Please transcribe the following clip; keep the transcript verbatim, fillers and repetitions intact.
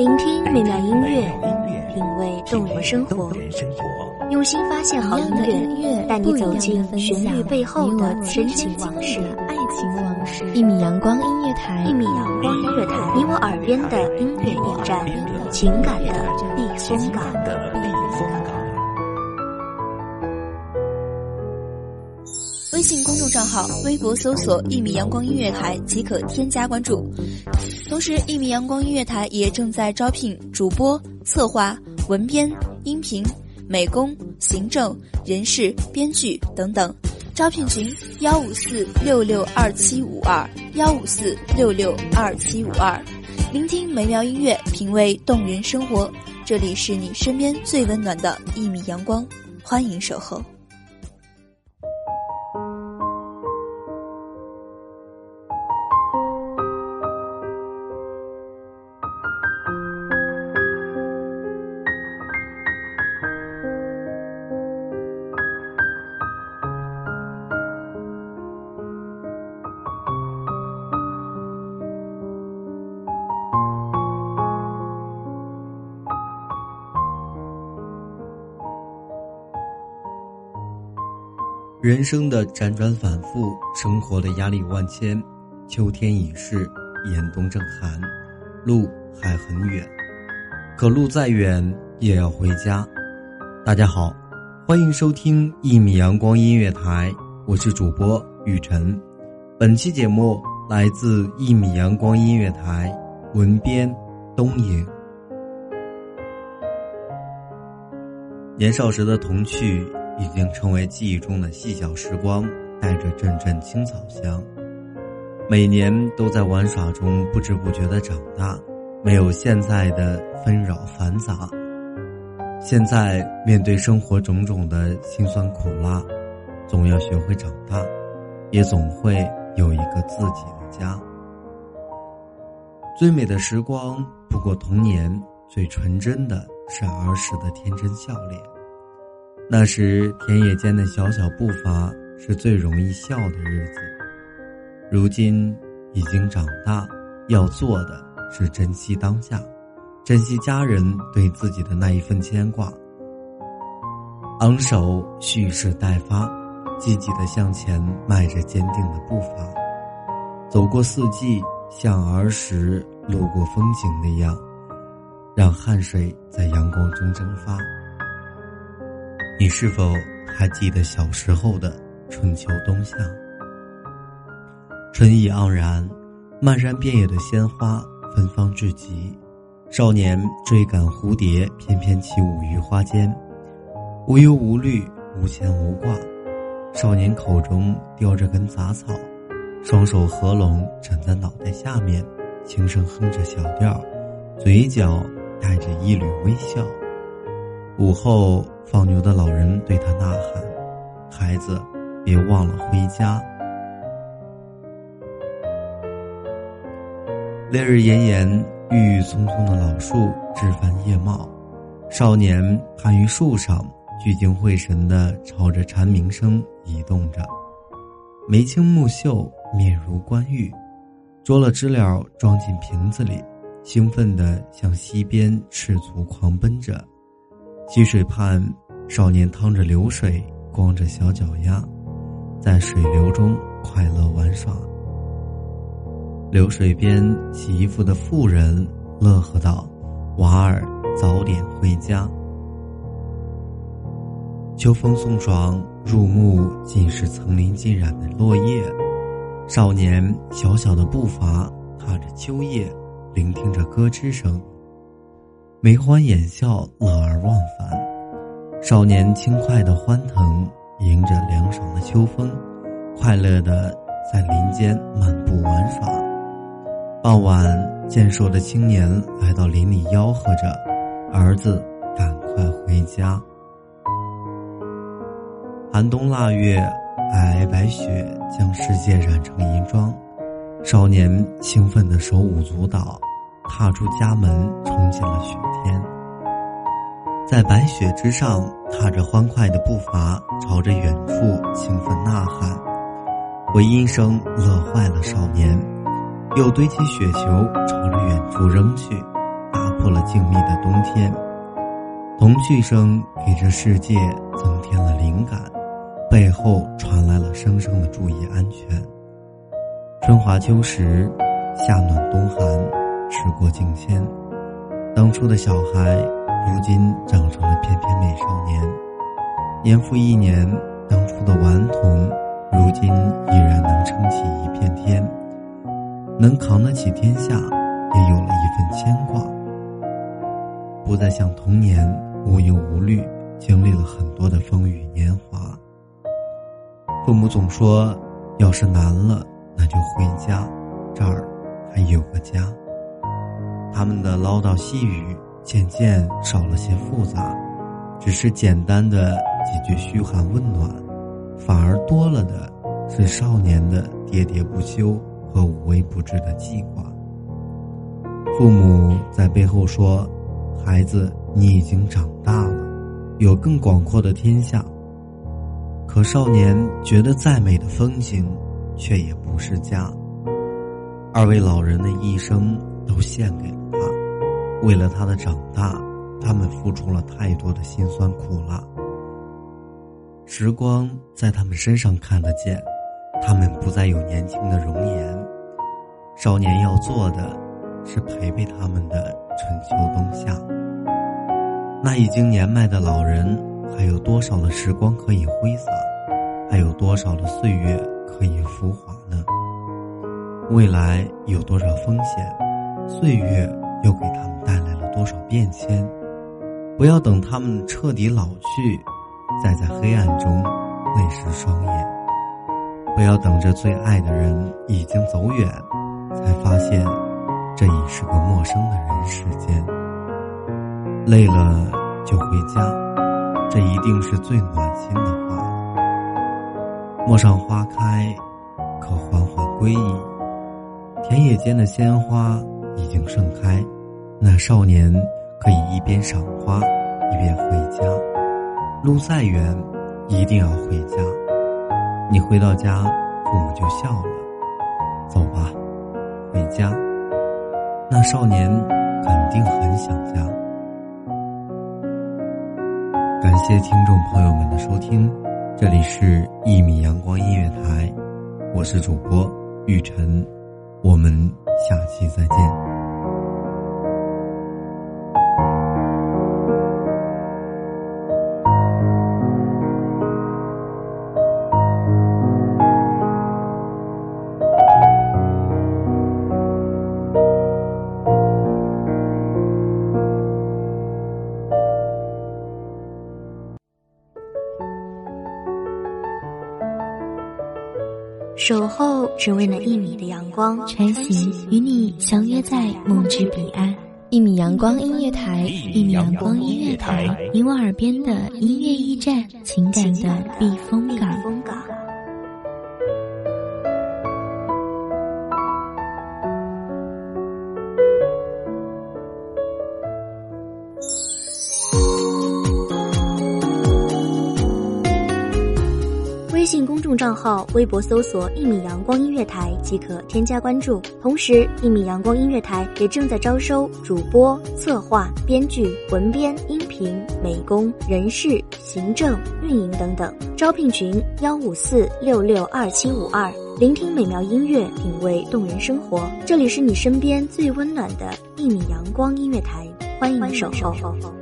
聆听美妙音乐，品味动人生活，用心发现好音乐，带你走进旋律背后的深情往事。 爱情往事，一米阳光音乐台， 一米阳光音乐台，你我耳边的音乐驿站，情感的避风港。 微信公众账号、微博搜索“一米阳光音乐台”即可添加关注。同时，一米阳光音乐台也正在招聘主播、策划、文编、音频、美工、行政、人事、编剧等等。招聘群：幺五四六六二七五二幺五四六六二七五二。聆听美妙音乐，品味动人生活。这里是你身边最温暖的一米阳光，欢迎守候。 人生的辗转反复，生活的压力万千，秋天已逝，严冬正寒，路还很远，可路再远也要回家。大家好，欢迎收听一米阳光音乐台，我是主播雨晨。本期节目来自一米阳光音乐台，文编东影。年少时的童趣已经成为记忆中的细小时光，带着阵阵青草香。每年都在玩耍中不知不觉地长大，没有现在的纷扰繁杂。现在面对生活种种的辛酸苦辣，总要学会长大，也总会有一个自己的家。最美的时光不过童年，最纯真的是儿时的天真笑脸。那时田野间的小小步伐是最容易笑的日子，如今已经长大，要做的是珍惜当下，珍惜家人对自己的那一份牵挂，昂首蓄势待发，积极地向前迈着坚定的步伐，走过四季，像儿时路过风景那样，让汗水在阳光中蒸发。你是否还记得小时候的春秋冬夏？春意盎然，漫山遍野的鲜花芬芳至极，少年追赶蝴蝶翩翩起舞于花间，无忧无虑，无牵无挂。少年口中叼着根杂草，双手合拢枕在脑袋下面，轻声哼着小调，嘴角带着一缕微笑。午后放牛的老人对他呐喊，孩子别忘了回家。烈日炎炎，郁郁葱葱的老树枝繁叶茂，少年攀于树上，聚精会神地朝着蝉鸣声移动着，眉清目秀，面如冠玉，捉了知了装进瓶子里，兴奋地向溪边赤足狂奔着。溪水畔，少年趟着流水，光着小脚丫，在水流中快乐玩耍。流水边洗衣服的妇人乐呵道：“娃儿早点回家。”秋风送爽，入目尽是层林尽染的落叶。少年小小的步伐踏着秋叶，聆听着歌之声，眉欢眼笑，乐而忘返。少年轻快的欢腾，迎着凉爽的秋风，快乐地在林间漫步玩耍。傍晚，健硕的青年来到林里吆喝着：“儿子，赶快回家。”寒冬腊月，皑皑白雪将世界染成银装。少年兴奋地手舞足蹈，踏出家门，冲进了雪天。在白雪之上，踏着欢快的步伐，朝着远处兴奋呐喊。回音声乐坏了少年，又堆起雪球朝着远处扔去，大步破了静谧的冬天。童趣声给这世界增添了灵感，背后传来了声声的注意安全。春华秋实，夏暖冬寒，时过境迁，当初的小孩如今长成了翩翩美少年，年复一年，当初的顽童如今依然能撑起一片天，能扛得起天下，也有了一份牵挂，不再像童年无忧无虑，经历了很多的风雨年华。父母总说，要是难了那就回家，这儿还有个家。他们的唠叨细语渐渐少了些复杂，只是简单的几句嘘寒问暖，反而多了的是少年的喋喋不休和无微不至的记挂。父母在背后说，孩子，你已经长大了，有更广阔的天下。可少年觉得再美的风景却也不是家。二位老人的一生都献给了他，为了他的长大，他们付出了太多的辛酸苦辣。时光在他们身上看得见，他们不再有年轻的容颜。少年要做的是陪陪他们的春秋冬夏。那已经年迈的老人，还有多少的时光可以挥洒，还有多少的岁月可以浮华呢？未来有多少风险，岁月又给他们带来了多少变迁？不要等他们彻底老去，再在黑暗中泪湿双眼。不要等着最爱的人已经走远，才发现这已是个陌生的人世间。累了就回家，这一定是最暖心的话了。陌上花开，可缓缓归矣。田野间的鲜花已经盛开，那少年可以一边赏花一边回家。路再远，一定要回家。你回到家，父母就笑了。走吧，回家。那少年肯定很想家。感谢听众朋友们的收听，这里是一米阳光音乐台，我是主播玉晨，我们下期再见。 守候只为那一米的阳光， 穿行与你相约在梦之彼岸。一米阳光音乐台，一米阳光音乐台，你我耳边的音乐驿站，情感的避风港。 微信公众账号、微博搜索“一米阳光音乐台”即可添加关注。同时，一米阳光音乐台也正在招收主播、策划、编剧、文编、音频、美工、人事、行政、运营等等。招聘群：幺五四六六二七五二。聆听美妙音乐，品味动人生活。这里是你身边最温暖的一米阳光音乐台，欢迎守候。